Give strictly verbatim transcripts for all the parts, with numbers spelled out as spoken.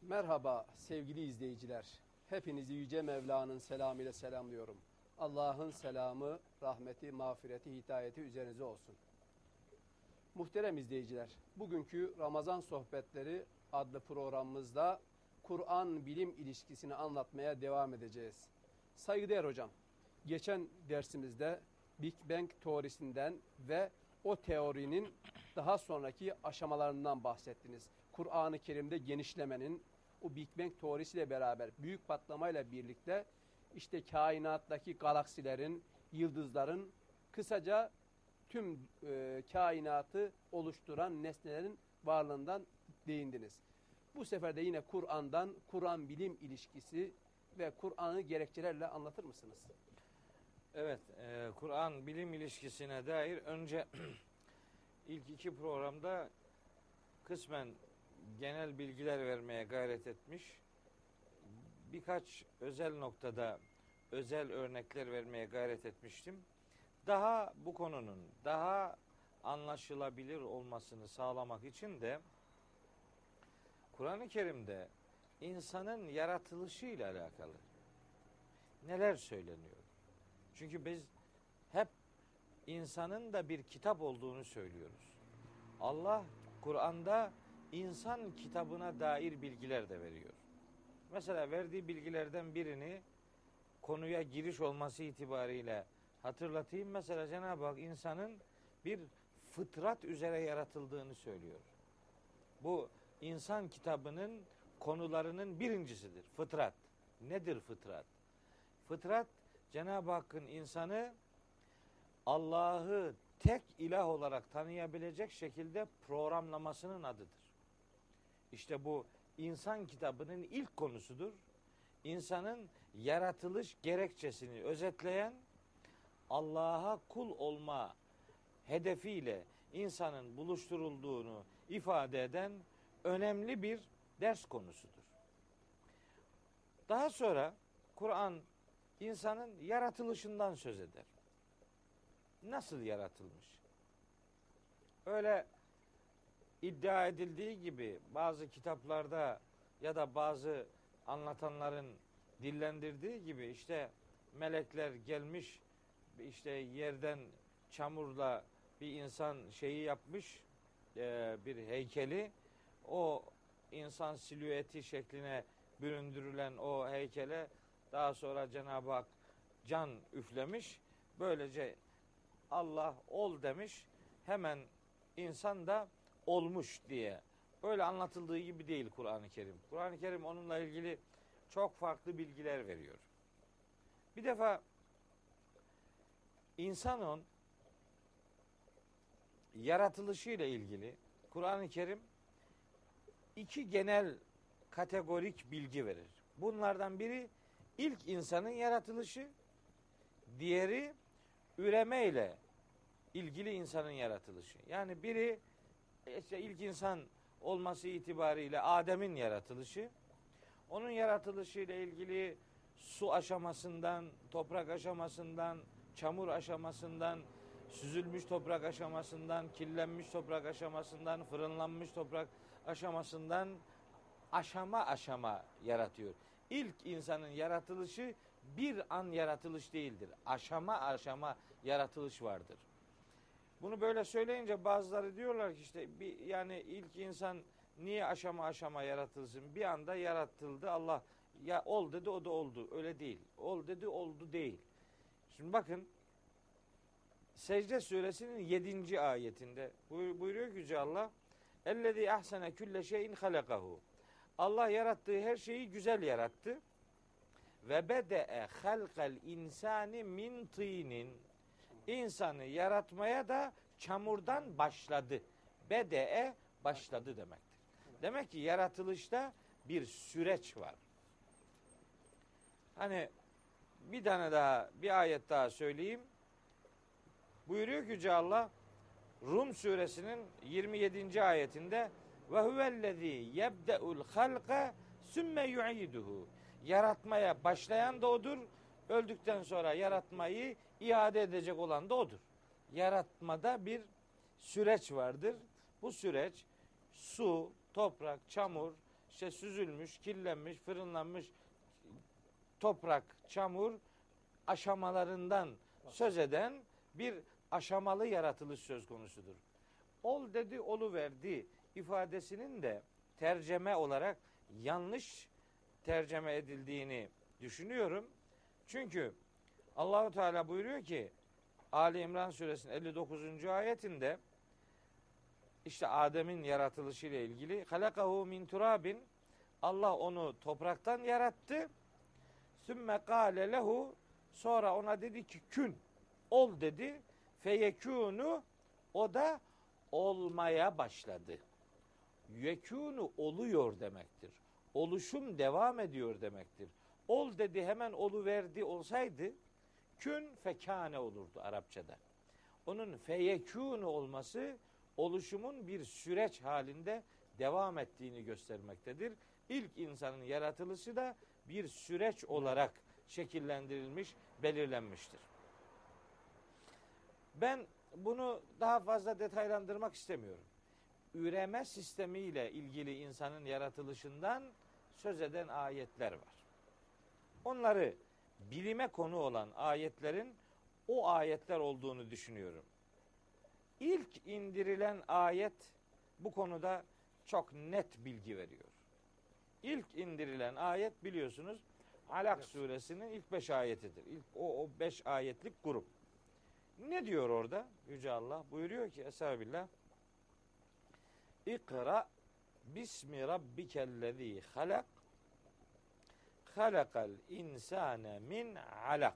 Merhaba sevgili izleyiciler. Hepinizi Yüce Mevla'nın selamıyla selamlıyorum. Allah'ın selamı, rahmeti, mağfireti, hidayeti üzerinize olsun. Muhterem izleyiciler, bugünkü Ramazan Sohbetleri adlı programımızda Kur'an bilim ilişkisini anlatmaya devam edeceğiz. Saygıdeğer hocam, geçen dersimizde Big Bang teorisinden ve o teorinin daha sonraki aşamalarından bahsettiniz. Kur'an-ı Kerim'de genişlemenin, o Big Bang teorisiyle beraber, büyük patlamayla birlikte işte kainattaki galaksilerin, yıldızların, kısaca tüm e, kainatı oluşturan nesnelerin varlığından değindiniz. Bu sefer de yine Kur'an'dan, Kur'an bilim ilişkisi ve Kur'an'ı gerekçelerle anlatır mısınız? Evet, e, Kur'an bilim ilişkisine dair önce ilk iki programda kısmen genel bilgiler vermeye gayret etmiş. Birkaç özel noktada özel örnekler vermeye gayret etmiştim. Daha bu konunun daha anlaşılabilir olmasını sağlamak için de Kur'an-ı Kerim'de insanın yaratılışı ile alakalı neler söyleniyor? Çünkü biz hep insanın da bir kitap olduğunu söylüyoruz. Allah Kur'an'da insan kitabına dair bilgiler de veriyor. Mesela verdiği bilgilerden birini konuya giriş olması itibariyle hatırlatayım. Mesela Cenab-ı Hak insanın bir fıtrat üzere yaratıldığını söylüyor. Bu insan kitabının konularının birincisidir. Fıtrat. Nedir fıtrat? Fıtrat, Cenab-ı Hakk'ın insanı Allah'ı tek ilah olarak tanıyabilecek şekilde programlamasının adıdır. İşte bu insan kitabının ilk konusudur. İnsanın yaratılış gerekçesini özetleyen, Allah'a kul olma hedefiyle insanın buluşturulduğunu ifade eden önemli bir ders konusudur. Daha sonra Kur'an insanın yaratılışından söz eder. Nasıl yaratılmış? Öyle iddia edildiği gibi bazı kitaplarda ya da bazı anlatanların dillendirdiği gibi işte melekler gelmiş, işte yerden çamurla bir insan şeyi yapmış, e, bir heykeli, o insan silüeti şekline büründürülen o heykele daha sonra Cenab-ı Hak can üflemiş. Böylece Allah ol demiş. Hemen insan da olmuş diye. Böyle anlatıldığı gibi değil Kur'an-ı Kerim. Kur'an-ı Kerim onunla ilgili çok farklı bilgiler veriyor. Bir defa insanın yaratılışıyla ilgili Kur'an-ı Kerim iki genel kategorik bilgi verir. Bunlardan biri ilk insanın yaratılışı, diğeri üreme ile ilgili insanın yaratılışı. Yani biri işte ilk insan olması itibariyle Adem'in yaratılışı, onun yaratılışı ile ilgili su aşamasından, toprak aşamasından, çamur aşamasından, süzülmüş toprak aşamasından, kirlenmiş toprak aşamasından, fırınlanmış toprak aşamasından aşama aşama yaratıyor. İlk insanın yaratılışı bir an yaratılış değildir. Aşama aşama yaratılış vardır. Bunu böyle söyleyince bazıları diyorlar ki işte bir, yani ilk insan niye aşama aşama yaratılsın? Bir anda yaratıldı. Allah ya ol dedi, o da oldu. Öyle değil. Ol dedi, oldu değil. Şimdi bakın Secde suresinin yedinci ayetinde buyuruyor ki Yüce Allah, "Ellezî ahsene külle şeyin halakahu." Allah yarattığı her şeyi güzel yarattı. Ve bede'e halqal insani min tînin. İnsanı yaratmaya da çamurdan başladı. Bede'e başladı demektir. Demek ki yaratılışta bir süreç var. Hani bir tane daha, bir ayet daha söyleyeyim. Buyuruyor ki Yüce Allah Rum suresinin yirmi yedinci ayetinde ve huvellezî yebde'ul halqa sümme yu'iduhu. Yaratmaya başlayan da odur. Öldükten sonra yaratmayı iade edecek olan da odur. Yaratmada bir süreç vardır. Bu süreç su, toprak, çamur, işte süzülmüş, kirlenmiş, fırınlanmış toprak, çamur aşamalarından söz eden bir aşamalı yaratılış söz konusudur. Ol dedi, olu verdi ifadesinin de tercüme olarak yanlış tercüme edildiğini düşünüyorum. Çünkü Allahu Teala buyuruyor ki Ali İmran suresinin elli dokuzuncu ayetinde işte Adem'in yaratılışı ile ilgili halakahu min turabin, Allah onu topraktan yarattı. Sümme kâle lehu, sonra ona dedi ki kün, ol dedi. Feyekûnu, o da olmaya başladı. Yekûnu oluyor demektir. Oluşum devam ediyor demektir. Ol dedi, hemen oluverdi olsaydı kün fekâne olurdu Arapçada. Onun feyekûnu olması oluşumun bir süreç halinde devam ettiğini göstermektedir. İlk insanın yaratılışı da bir süreç olarak şekillendirilmiş, belirlenmiştir. Ben bunu daha fazla detaylandırmak istemiyorum. Üreme sistemiyle ilgili insanın yaratılışından söz eden ayetler var. Onları bilime konu olan ayetlerin o ayetler olduğunu düşünüyorum. İlk indirilen ayet bu konuda çok net bilgi veriyor. İlk indirilen ayet biliyorsunuz Alak evet. suresinin ilk beş ayetidir. İlk o, o beş ayetlik grup. Ne diyor orada? Yüce Allah buyuruyor ki Estağfirullah. İkra bismi rabbikellezî halak halakal insâne min alak.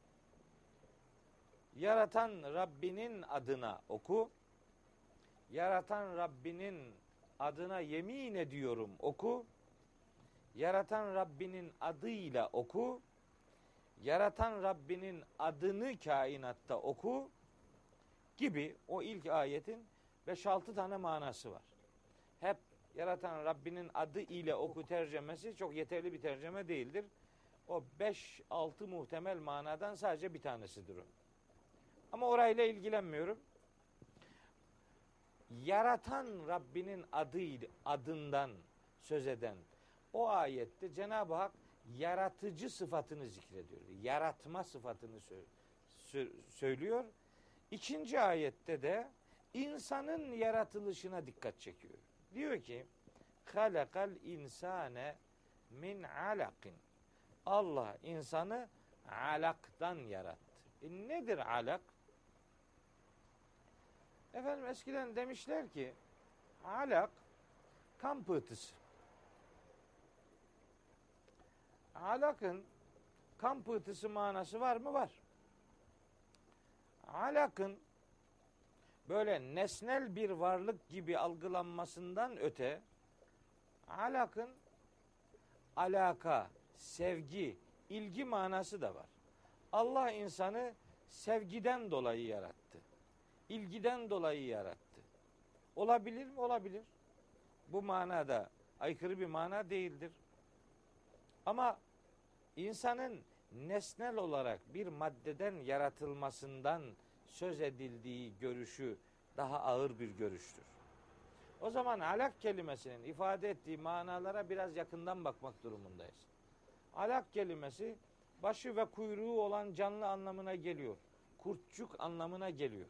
Yaratan Rabbinin adına oku. Yaratan Rabbinin adına yemin ediyorum oku. Yaratan Rabbinin adıyla oku. Yaratan Rabbinin adını kainatta oku gibi o ilk ayetin beş altı tane manası var. Hep yaratan Rabbinin adı ile oku tercemesi çok yeterli bir tercüme değildir. O beş altı muhtemel manadan sadece bir tanesidir o. Ama orayla ilgilenmiyorum. Yaratan Rabbinin adıyla, adından söz eden o ayette Cenab-ı Hak yaratıcı sıfatını zikrediyor. Yaratma sıfatını söylüyor. İkinci ayette de insanın yaratılışına dikkat çekiyor. Diyor ki halakal insane min alakin. Allah insanı alaktan yarattı. E nedir alak? Efendim eskiden demişler ki alak kan pıhtısı. Alakın kan pıhtısı manası var mı? Var. Alakın böyle nesnel bir varlık gibi algılanmasından öte alakın alaka, sevgi, ilgi manası da var. Allah insanı sevgiden dolayı yarattı. İlgiden dolayı yarattı. Olabilir mi? Olabilir. Bu manada aykırı bir mana değildir. Ama insanın nesnel olarak bir maddeden yaratılmasından söz edildiği görüşü daha ağır bir görüştür. O zaman alak kelimesinin ifade ettiği manalara biraz yakından bakmak durumundayız. Alak kelimesi başı ve kuyruğu olan canlı anlamına geliyor. Kurtçuk anlamına geliyor.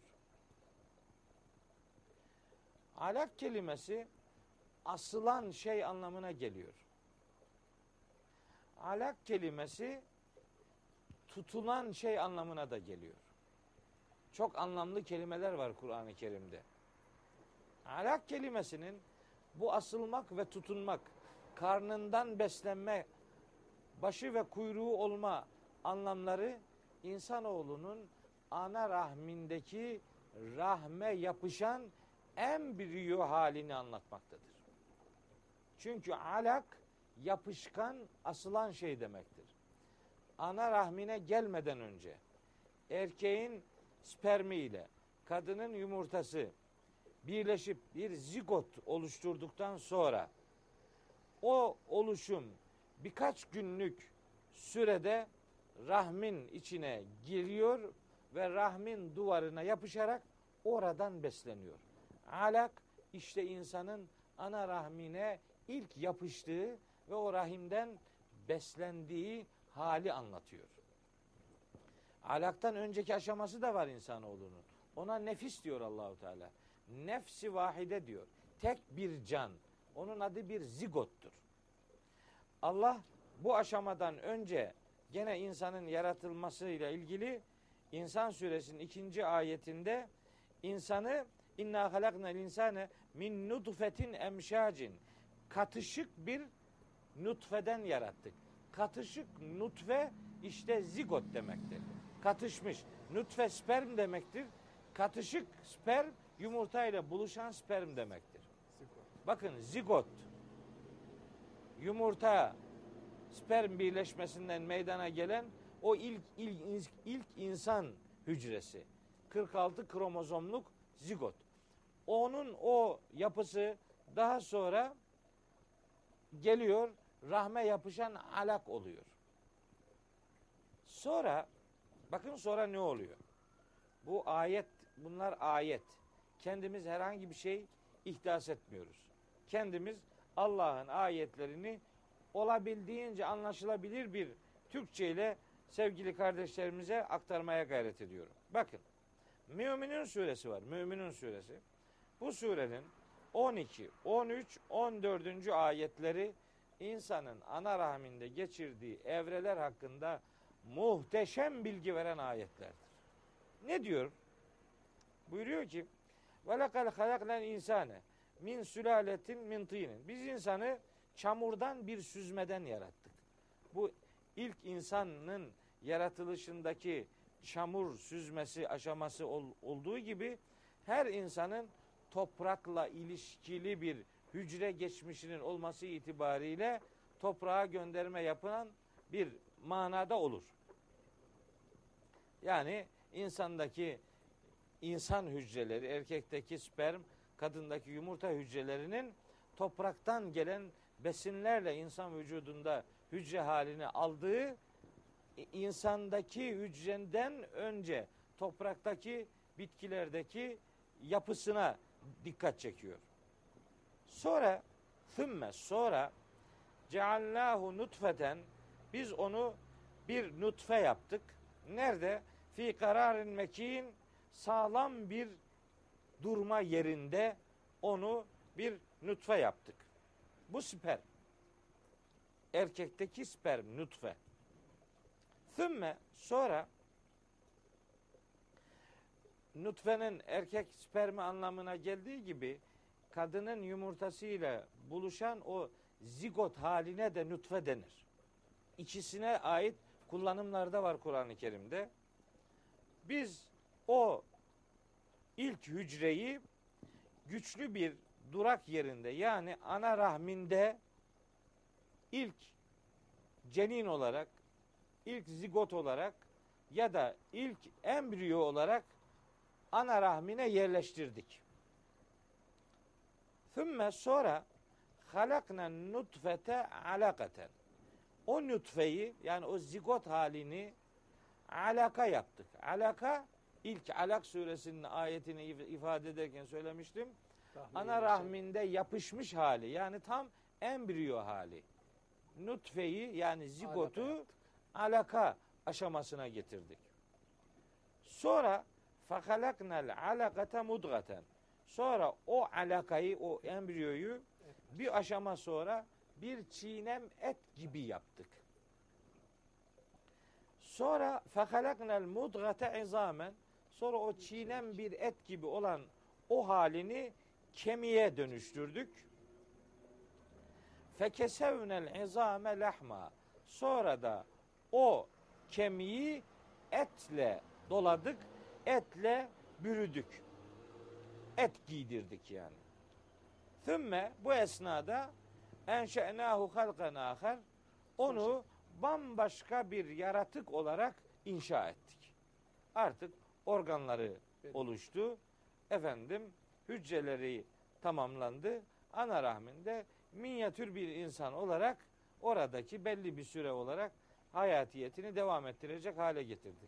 Alak kelimesi asılan şey anlamına geliyor. Alak kelimesi tutulan şey anlamına da geliyor. Çok anlamlı kelimeler var Kur'an-ı Kerim'de. Alak kelimesinin bu asılmak ve tutunmak, karnından beslenme, başı ve kuyruğu olma anlamları insanoğlunun ana rahmindeki rahme yapışan embriyo halini anlatmaktadır. Çünkü alak yapışkan, asılan şey demektir. Ana rahmine gelmeden önce erkeğin spermi ile kadının yumurtası birleşip bir zigot oluşturduktan sonra o oluşum birkaç günlük sürede rahmin içine giriyor ve rahmin duvarına yapışarak oradan besleniyor. Alak işte insanın ana rahmine ilk yapıştığı ve o rahimden beslendiği hali anlatıyor. Alaktan önceki aşaması da var insanoğlunun. Ona nefis diyor Allahu Teala. Nefsi vahide diyor. Tek bir can. Onun adı bir zigottur. Allah bu aşamadan önce gene insanın yaratılmasıyla ilgili İnsan suresinin ikinci ayetinde insanı inna halaknal insane min nutfetin emşacin, katışık bir nutfeden yarattık. Katışık nutfe işte zigot demektir. Katışmış. Nutfe sperm demektir. Katışık sperm yumurta ile buluşan sperm demektir. Bakın zigot yumurta sperm birleşmesinden meydana gelen o ilk ilk, ilk insan hücresi. kırk altı kromozomluk zigot. Onun o yapısı daha sonra geliyor, rahme yapışan alak oluyor. Sonra bakın sonra ne oluyor? Bu ayet, bunlar ayet. Kendimiz herhangi bir şey ihdas etmiyoruz. Kendimiz Allah'ın ayetlerini olabildiğince anlaşılabilir bir Türkçe ile sevgili kardeşlerimize aktarmaya gayret ediyorum. Bakın, Müminun suresi var. Müminun suresi. Bu surenin on iki, on üç, on dördüncü ayetleri insanın ana rahminde geçirdiği evreler hakkında muhteşem bilgi veren ayetlerdir. Ne diyor? Buyuruyor ki: "Ve lekal halaknal insane min sülaletin min tinin." Biz insanı çamurdan bir süzmeden yarattık. Bu ilk insanın yaratılışındaki çamur süzmesi aşaması ol, olduğu gibi her insanın toprakla ilişkili bir hücre geçmişinin olması itibariyle toprağa gönderme yapılan bir manada olur. Yani insandaki insan hücreleri, erkekteki sperm, kadındaki yumurta hücrelerinin topraktan gelen besinlerle insan vücudunda hücre halini aldığı, insandaki hücreden önce topraktaki bitkilerdeki yapısına dikkat çekiyor. Sonra thümme sonra ceallahu nutfeten, biz onu bir nutfe yaptık. Nerede? Fi kararin mekin, sağlam bir durma yerinde onu bir nutfe yaptık. Bu sperm. Erkekteki sperm nutfe. Thümme sonra nutfenin erkek spermi anlamına geldiği gibi kadının yumurtasıyla buluşan o zigot haline de nutfe denir. İkisine ait kullanımlarda var Kur'an-ı Kerim'de. Biz o ilk hücreyi güçlü bir durak yerinde, yani ana rahminde ilk cenin olarak, ilk zigot olarak ya da ilk embriyo olarak ana rahmine yerleştirdik. Thümme sonra halakna nutfete alakaten. O nutfeyi, yani o zigot halini alaka yaptık. Alaka, ilk Alak suresinin ayetini ifade ederken söylemiştim. Rahmi ana rahminde yapışmış hali, yani tam embriyo hali. Nutfeyi, yani zigotu alaka, alaka aşamasına getirdik. Sonra fahalaknal alakata mudgaten. Sonra o alakayı, o embriyoyu bir aşama sonra bir çiğnem et gibi yaptık. Sonra fahalaknal mudgate izamen. Sonra o çiğnem bir et gibi olan o halini kemiğe dönüştürdük. Fekesevnel izame lahma. Sonra da o kemiği etle doladık, etle bürüdük. Et giydirdik yani. Thümme, bu esnada enşe'nâhu halkan âher, onu bambaşka bir yaratık olarak inşa ettik. Artık organları oluştu. Efendim, hücreleri tamamlandı. Ana rahminde minyatür bir insan olarak oradaki belli bir süre olarak hayatiyetini devam ettirecek hale getirdik.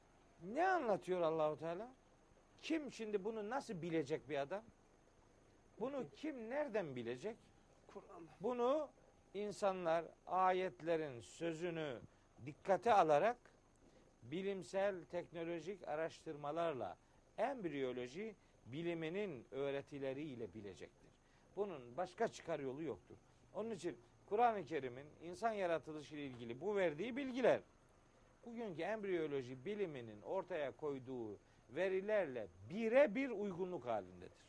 Ne anlatıyor Allahu Teala? Kim şimdi bunu nasıl bilecek bir adam? Bunu kim nereden bilecek? Kur'an'da. Bunu insanlar ayetlerin sözünü dikkate alarak bilimsel teknolojik araştırmalarla embriyoloji biliminin öğretileriyle bilecektir. Bunun başka çıkar yolu yoktur. Onun için Kur'an-ı Kerim'in insan yaratılışı ile ilgili bu verdiği bilgiler bugünkü embriyoloji biliminin ortaya koyduğu verilerle birebir uygunluk halindedir.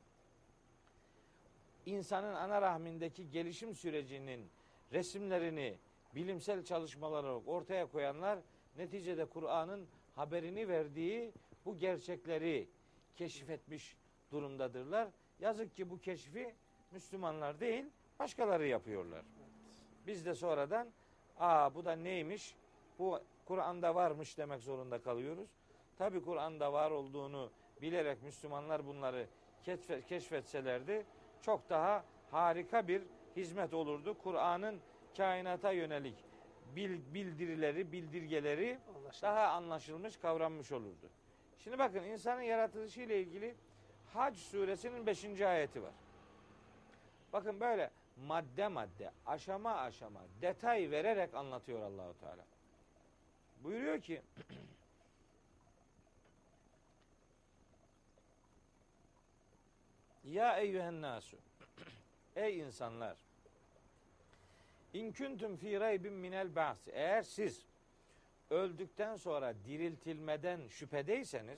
İnsanın ana rahmindeki gelişim sürecinin resimlerini bilimsel çalışmalar olarak ortaya koyanlar neticede Kur'an'ın haberini verdiği bu gerçekleri keşfetmiş durumdadırlar. Yazık ki bu keşfi Müslümanlar değil, başkaları yapıyorlar. Biz de sonradan aa bu da neymiş, bu Kur'an'da varmış demek zorunda kalıyoruz. Tabi Kur'an'da var olduğunu bilerek Müslümanlar bunları keşfet, keşfetselerdi çok daha harika bir hizmet olurdu. Kur'an'ın kainata yönelik bildirileri, bildirgeleri Anlaşıldı. daha anlaşılmış, kavranmış olurdu. Şimdi bakın insanın yaratılışı ile ilgili Hac suresinin beşinci ayeti var. Bakın böyle madde madde, aşama aşama, detay vererek anlatıyor Allahu Teala. Buyuruyor ki Ya eyyühen nasu Ey insanlar İn kuntum fi raybin minel ba'si Eğer siz öldükten sonra diriltilmeden şüphedeyseniz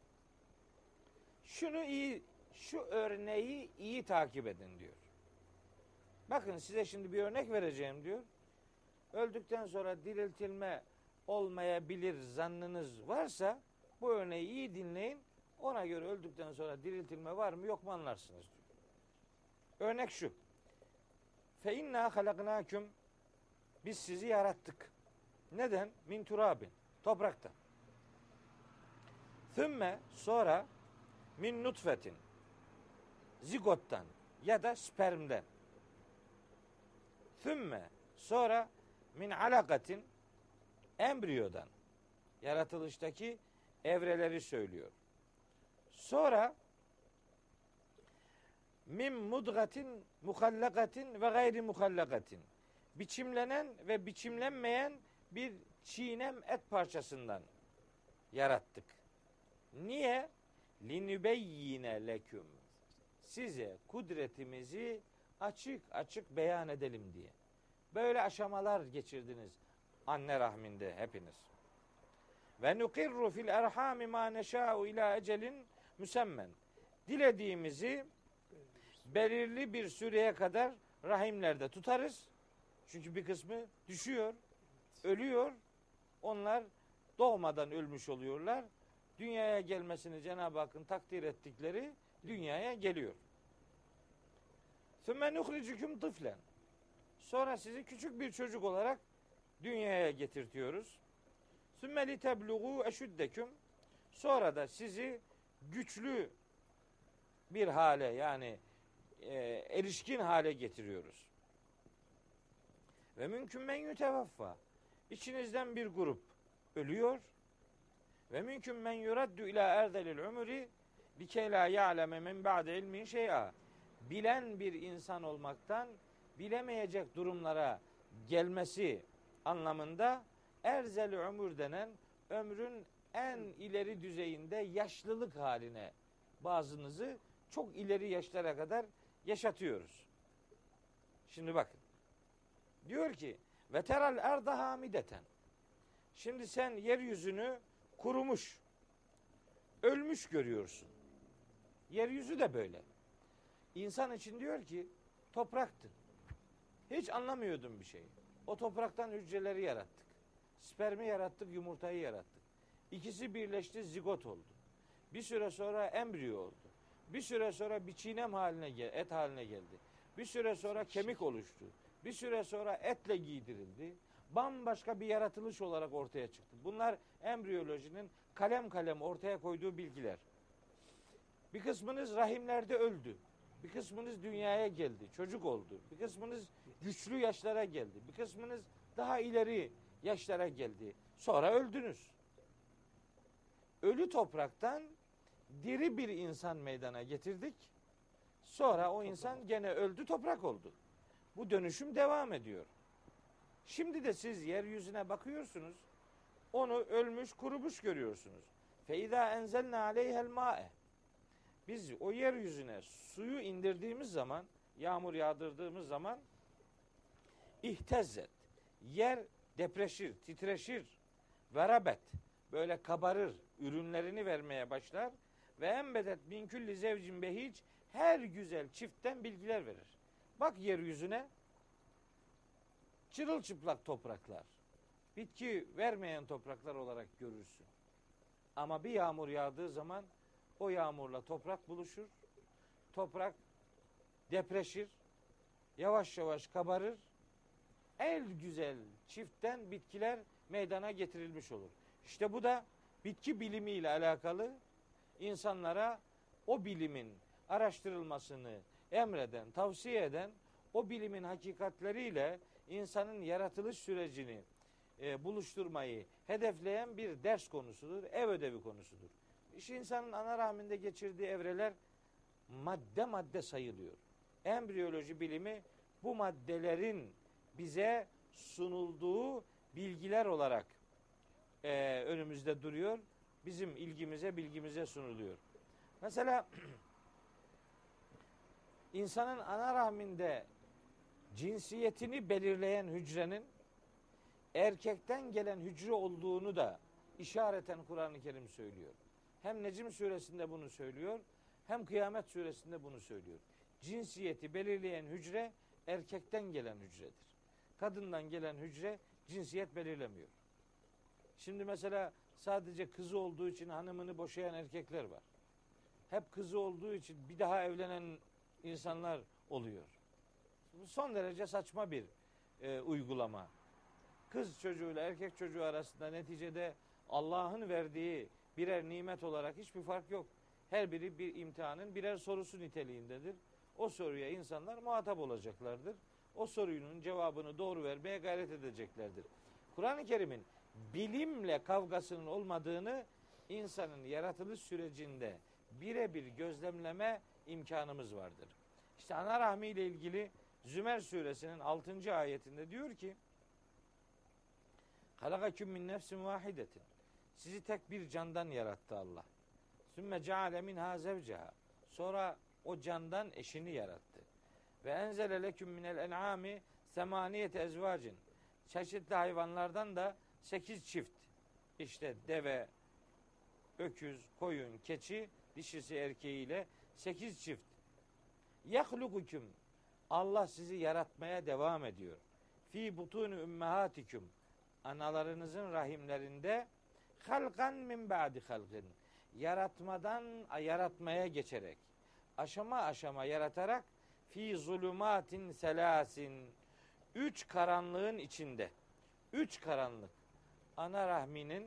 şunu iyi şu örneği iyi takip edin diyor. Bakın size şimdi bir örnek vereceğim diyor. Öldükten sonra diriltilme olmayabilir zannınız varsa bu örneği iyi dinleyin. Ona göre öldükten sonra diriltilme var mı yok mu anlarsınız diyor. Örnek şu. Fe inna halaknakum Biz sizi yarattık. Neden? Min turabin. Topraktan. Thümme sonra min nutfetin. Zigottan ya da spermden. Thümme sonra min alakatin embriyodan. Yaratılıştaki evreleri söylüyor. Sonra min mudgatin muhallakatin ve gayri muhallakatin. Biçimlenen ve biçimlenmeyen bir çiğnem et parçasından yarattık. Niye? Linübeyyine leküm. Size kudretimizi açık açık beyan edelim diye. Böyle aşamalar geçirdiniz anne rahminde hepiniz. Ve nukirru fil erhami ma neşâ'u ila ecelin müsemmen. Dilediğimizi belirli bir süreye kadar rahimlerde tutarız. Çünkü bir kısmı düşüyor, ölüyor. Onlar doğmadan ölmüş oluyorlar. Dünyaya gelmesini Cenab-ı Hakk'ın takdir ettikleri dünyaya geliyor. Sümme nuhricüküm tıflen. Sonra sizi küçük bir çocuk olarak dünyaya getirtiyoruz. Sümme litebluğu eşüddeküm. Sonra da sizi güçlü bir hale yani e, erişkin hale getiriyoruz. Ve mümkün men yütevaffa. İçinizden bir grup ölüyor. Ve mümkün men yuraddu ila erdelil umri likey la ya'leme min ba'de ilmin şey'a. Bilen bir insan olmaktan bilemeyecek durumlara gelmesi anlamında erzel ömür denen ömrün en ileri düzeyinde yaşlılık haline bazınızı çok ileri yaşlara kadar yaşatıyoruz. Şimdi bakın. Diyor ki ve teral erda hamideten. Şimdi sen yeryüzünü kurumuş, ölmüş görüyorsun. Yeryüzü de böyle. İnsan için diyor ki topraktı. Hiç anlamıyordum bir şeyi. O topraktan hücreleri yarattık. Spermi yarattık, yumurtayı yarattık. İkisi birleşti, zigot oldu. Bir süre sonra embriyo oldu. Bir süre sonra bir çiğnem haline, et haline geldi. Bir süre sonra kemik oluştu. Bir süre sonra etle giydirildi. Bambaşka bir yaratılış olarak ortaya çıktı. Bunlar embriyolojinin kalem kalem ortaya koyduğu bilgiler. Bir kısmınız rahimlerde öldü. Bir kısmınız dünyaya geldi, çocuk oldu. Bir kısmınız güçlü yaşlara geldi. Bir kısmınız daha ileri yaşlara geldi. Sonra öldünüz. Ölü topraktan diri bir insan meydana getirdik. Sonra o insan gene öldü, toprak oldu. Bu dönüşüm devam ediyor. Şimdi de siz yeryüzüne bakıyorsunuz. Onu ölmüş, kurumuş görüyorsunuz. Feiza enzelna aleyhel ma'e. Biz o yeryüzüne suyu indirdiğimiz zaman, yağmur yağdırdığımız zaman ihtezzet. Yer depreşir, titreşir. Verabet. Böyle kabarır, ürünlerini vermeye başlar ve embedet min külli zevcin behic, her güzel çiftten bilgiler verir. Bak yeryüzüne, çırılçıplak topraklar, bitki vermeyen topraklar olarak görürsün. Ama bir yağmur yağdığı zaman o yağmurla toprak buluşur. Toprak depreşir, yavaş yavaş kabarır. El güzel çiftten bitkiler meydana getirilmiş olur. İşte bu da bitki bilimiyle alakalı, insanlara o bilimin araştırılmasını emreden, tavsiye eden, o bilimin hakikatleriyle insanın yaratılış sürecini e, buluşturmayı hedefleyen bir ders konusudur, ev ödevi konusudur. İşte insanın ana rahminde geçirdiği evreler madde madde sayılıyor. Embriyoloji bilimi bu maddelerin bize sunulduğu bilgiler olarak e, önümüzde duruyor. Bizim ilgimize, bilgimize sunuluyor. Mesela insanın ana rahminde cinsiyetini belirleyen hücrenin erkekten gelen hücre olduğunu da işareten Kur'an-ı Kerim söylüyor. Hem Necm suresinde bunu söylüyor, hem Kıyamet suresinde bunu söylüyor. Cinsiyeti belirleyen hücre erkekten gelen hücredir. Kadından gelen hücre cinsiyet belirlemiyor. Şimdi mesela sadece kızı olduğu için hanımını boşayan erkekler var. Hep kızı olduğu için bir daha evlenen insanlar oluyor. Bu son derece saçma bir e, uygulama. Kız çocuğuyla erkek çocuğu arasında neticede Allah'ın verdiği birer nimet olarak hiçbir fark yok. Her biri bir imtihanın birer sorusu niteliğindedir. O soruya insanlar muhatap olacaklardır. O sorunun cevabını doğru vermeye gayret edeceklerdir. Kur'an-ı Kerim'in bilimle kavgasının olmadığını insanın yaratılış sürecinde birebir gözlemleme imkanımız vardır. İşte ana rahmi ile ilgili Zümer suresinin altıncı ayetinde diyor ki: "Halakaküm min nefsin vahidetin." Sizi tek bir candan yarattı Allah. "Sümme ceale minha zevceha." Sonra o candan eşini yarattı. "Ve enzele leküm minel en'ami semaniyete ezvacin." Çeşitli hayvanlardan da sekiz çift. İşte deve, öküz, koyun, keçi, dişisi erkeğiyle sekiz çift. "Yahlukukum." Allah sizi yaratmaya devam ediyor. "Fi butunu ümmehatikum." Analarınızın rahimlerinde halkan min ba'di halkin. Yaratmadan yaratmaya geçerek, aşama aşama yaratarak fi zulumatin selasin. Üç karanlığın içinde. Üç karanlık. Ana rahminin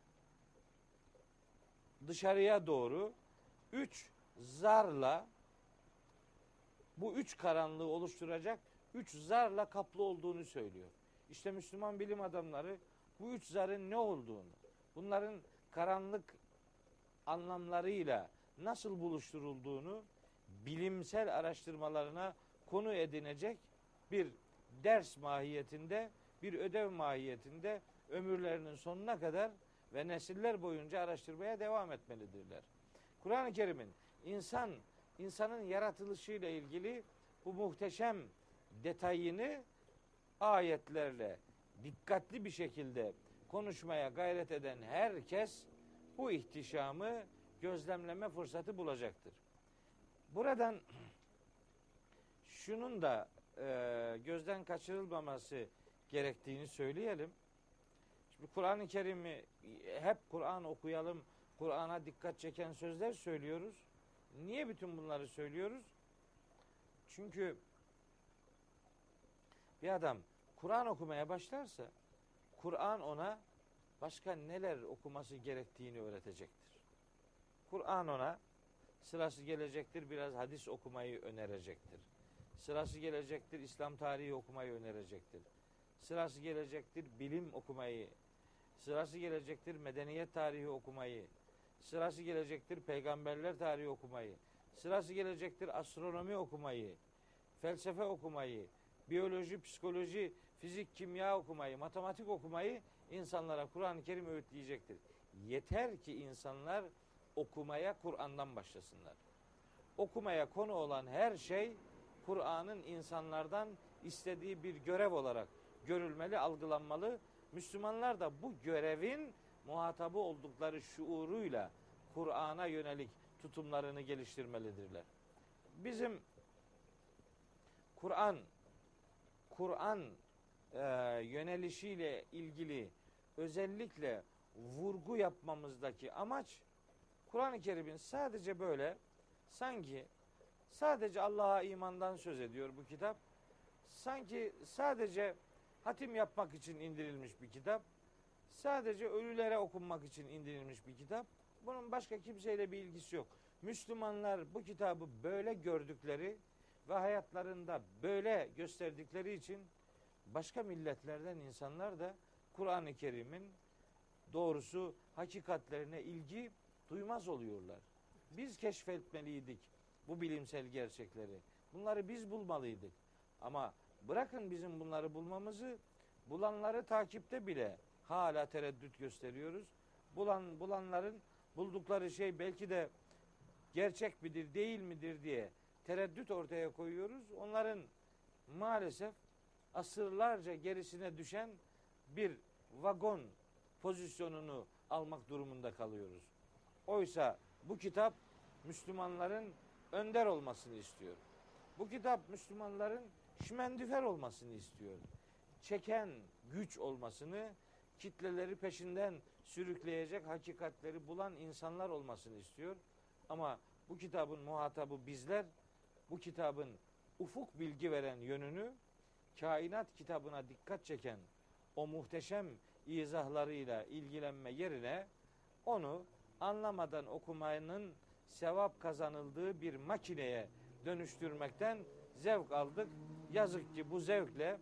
dışarıya doğru üç zarla, bu üç karanlığı oluşturacak üç zarla kaplı olduğunu söylüyor. İşte Müslüman bilim adamları bu üç zarın ne olduğunu, bunların karanlık anlamlarıyla nasıl buluşturulduğunu bilimsel araştırmalarına konu edinecek bir ders mahiyetinde, bir ödev mahiyetinde ömürlerinin sonuna kadar ve nesiller boyunca araştırmaya devam etmelidirler. Kur'an-ı Kerim'in insan insanın yaratılışıyla ilgili bu muhteşem detayını ayetlerle dikkatli bir şekilde konuşmaya gayret eden herkes bu ihtişamı gözlemleme fırsatı bulacaktır. Buradan şunun da e, gözden kaçırılmaması gerektiğini söyleyelim. Şimdi Kur'an-ı Kerim'i hep Kur'an okuyalım, Kur'an'a dikkat çeken sözler söylüyoruz. Niye bütün bunları söylüyoruz? Çünkü bir adam Kur'an okumaya başlarsa Kur'an ona başka neler okuması gerektiğini öğretecektir. Kur'an ona sırası gelecektir biraz hadis okumayı önerecektir. Sırası gelecektir İslam tarihi okumayı önerecektir. Sırası gelecektir bilim okumayı, sırası gelecektir medeniyet tarihi okumayı, sırası gelecektir peygamberler tarihi okumayı, Sırası gelecektir astronomi okumayı, felsefe okumayı, biyoloji, psikoloji, fizik, kimya okumayı, matematik okumayı insanlara Kur'an-ı Kerim öğütleyecektir. Yeter ki insanlar okumaya Kur'an'dan başlasınlar. Okumaya konu olan her şey Kur'an'ın insanlardan istediği bir görev olarak görülmeli, algılanmalı. Müslümanlar da bu görevin muhatabı oldukları şuuruyla Kur'an'a yönelik tutumlarını geliştirmelidirler. Bizim Kur'an Kur'an e, yönelişiyle ilgili özellikle vurgu yapmamızdaki amaç Kur'an-ı Kerim'in sadece böyle sanki sadece Allah'a imandan söz ediyor bu kitap. Sanki sadece hatim yapmak için indirilmiş bir kitap. Sadece ölülere okunmak için indirilmiş bir kitap. Bunun başka kimseyle bir ilgisi yok. Müslümanlar bu kitabı böyle gördükleri ve hayatlarında böyle gösterdikleri için başka milletlerden insanlar da Kur'an-ı Kerim'in doğrusu hakikatlerine ilgi duymaz oluyorlar. Biz keşfetmeliydik bu bilimsel gerçekleri. Bunları biz bulmalıydık. Ama bırakın bizim bunları bulmamızı, bulanları takipte bile hala tereddüt gösteriyoruz. Bulan bulanların buldukları şey belki de gerçek midir, değil midir diye tereddüt ortaya koyuyoruz. Onların maalesef asırlarca gerisine düşen bir vagon pozisyonunu almak durumunda kalıyoruz. Oysa bu kitap Müslümanların önder olmasını istiyor. Bu kitap Müslümanların şimendifer olmasını istiyor. Çeken güç olmasını, kitleleri peşinden sürükleyecek hakikatleri bulan insanlar olmasını istiyor. Ama bu kitabın muhatabı bizler, bu kitabın ufuk bilgi veren yönünü, kainat kitabına dikkat çeken o muhteşem izahlarıyla ilgilenme yerine onu anlamadan okumanın sevap kazanıldığı bir makineye dönüştürmekten zevk aldık. Yazık ki bu zevkle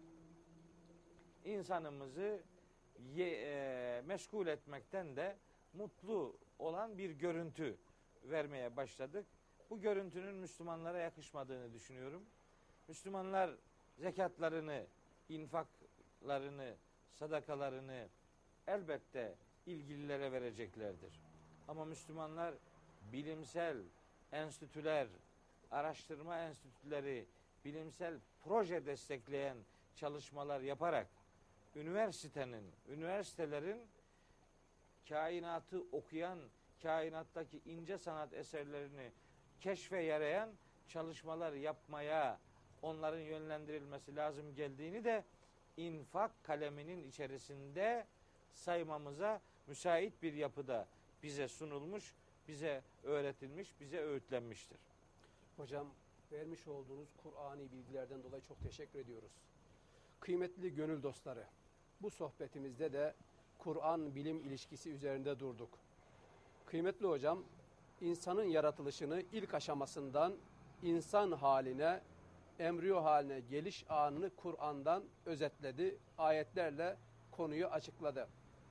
insanımızı ye, e, meşgul etmekten de mutlu olan bir görüntü vermeye başladık. Bu görüntünün Müslümanlara yakışmadığını düşünüyorum. Müslümanlar zekatlarını, infaklarını, sadakalarını elbette ilgililere vereceklerdir. Ama Müslümanlar bilimsel enstitüler, araştırma enstitüleri, bilimsel proje destekleyen çalışmalar yaparak üniversitenin, üniversitelerin kainatı okuyan, kainattaki ince sanat eserlerini keşfe yarayan çalışmalar yapmaya onların yönlendirilmesi lazım geldiğini de infak kaleminin içerisinde saymamıza müsait bir yapıda bize sunulmuş, bize öğretilmiş, bize öğütlenmiştir. Hocam, vermiş olduğunuz Kur'ani bilgilerden dolayı çok teşekkür ediyoruz. Kıymetli gönül dostları, bu sohbetimizde de Kur'an bilim ilişkisi üzerinde durduk. Kıymetli hocam, insanın yaratılışını ilk aşamasından insan haline, embriyo haline geliş anını Kur'an'dan özetledi, ayetlerle konuyu açıkladı.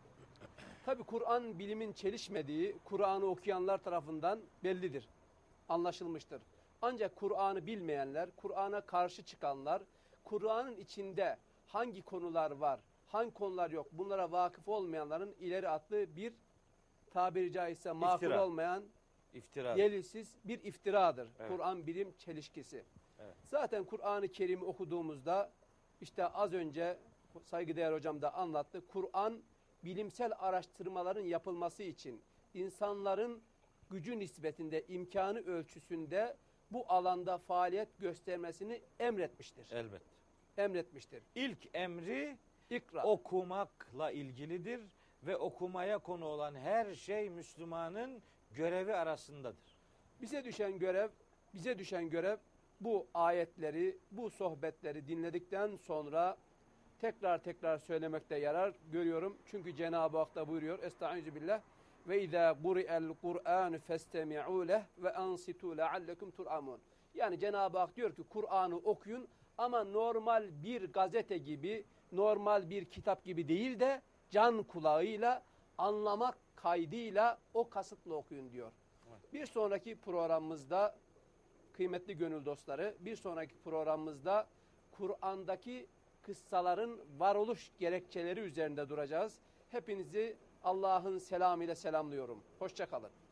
Tabi Kur'an bilimin çelişmediği Kur'an'ı okuyanlar tarafından bellidir, anlaşılmıştır. Ancak Kur'an'ı bilmeyenler, Kur'an'a karşı çıkanlar, Kur'an'ın içinde hangi konular var, hangi konular yok, bunlara vakıf olmayanların ileri attığı bir tabiri caizse makul İftira. olmayan, İftira. delilsiz bir iftiradır. Evet. Kur'an bilim çelişkisi. Evet. Zaten Kur'an-ı Kerim'i okuduğumuzda işte az önce saygıdeğer hocam da anlattı. Kur'an bilimsel araştırmaların yapılması için insanların gücü nispetinde, imkanı ölçüsünde bu alanda faaliyet göstermesini emretmiştir. Elbet. Emretmiştir. İlk emri İkra. okumakla ilgilidir ve okumaya konu olan her şey Müslümanın görevi arasındadır. Bize düşen görev, bize düşen görev bu ayetleri, bu sohbetleri dinledikten sonra tekrar tekrar söylemekte yarar görüyorum. Çünkü Cenab-ı Hak da buyuruyor. Estaizu billah. Ve izâ quri'el Kur'an festemi'û leh ve ansitû leallekum tur'amun. Yani Cenab-ı Hak diyor ki Kur'an'ı okuyun ama normal bir gazete gibi, normal bir kitap gibi değil de can kulağıyla, anlamak kaydıyla o kasıtla okuyun diyor. Bir sonraki programımızda Kıymetli gönül dostları, bir sonraki programımızda Kur'an'daki kıssaların varoluş gerekçeleri üzerinde duracağız. Hepinizi Allah'ın selamıyla selamlıyorum. Hoşça kalın.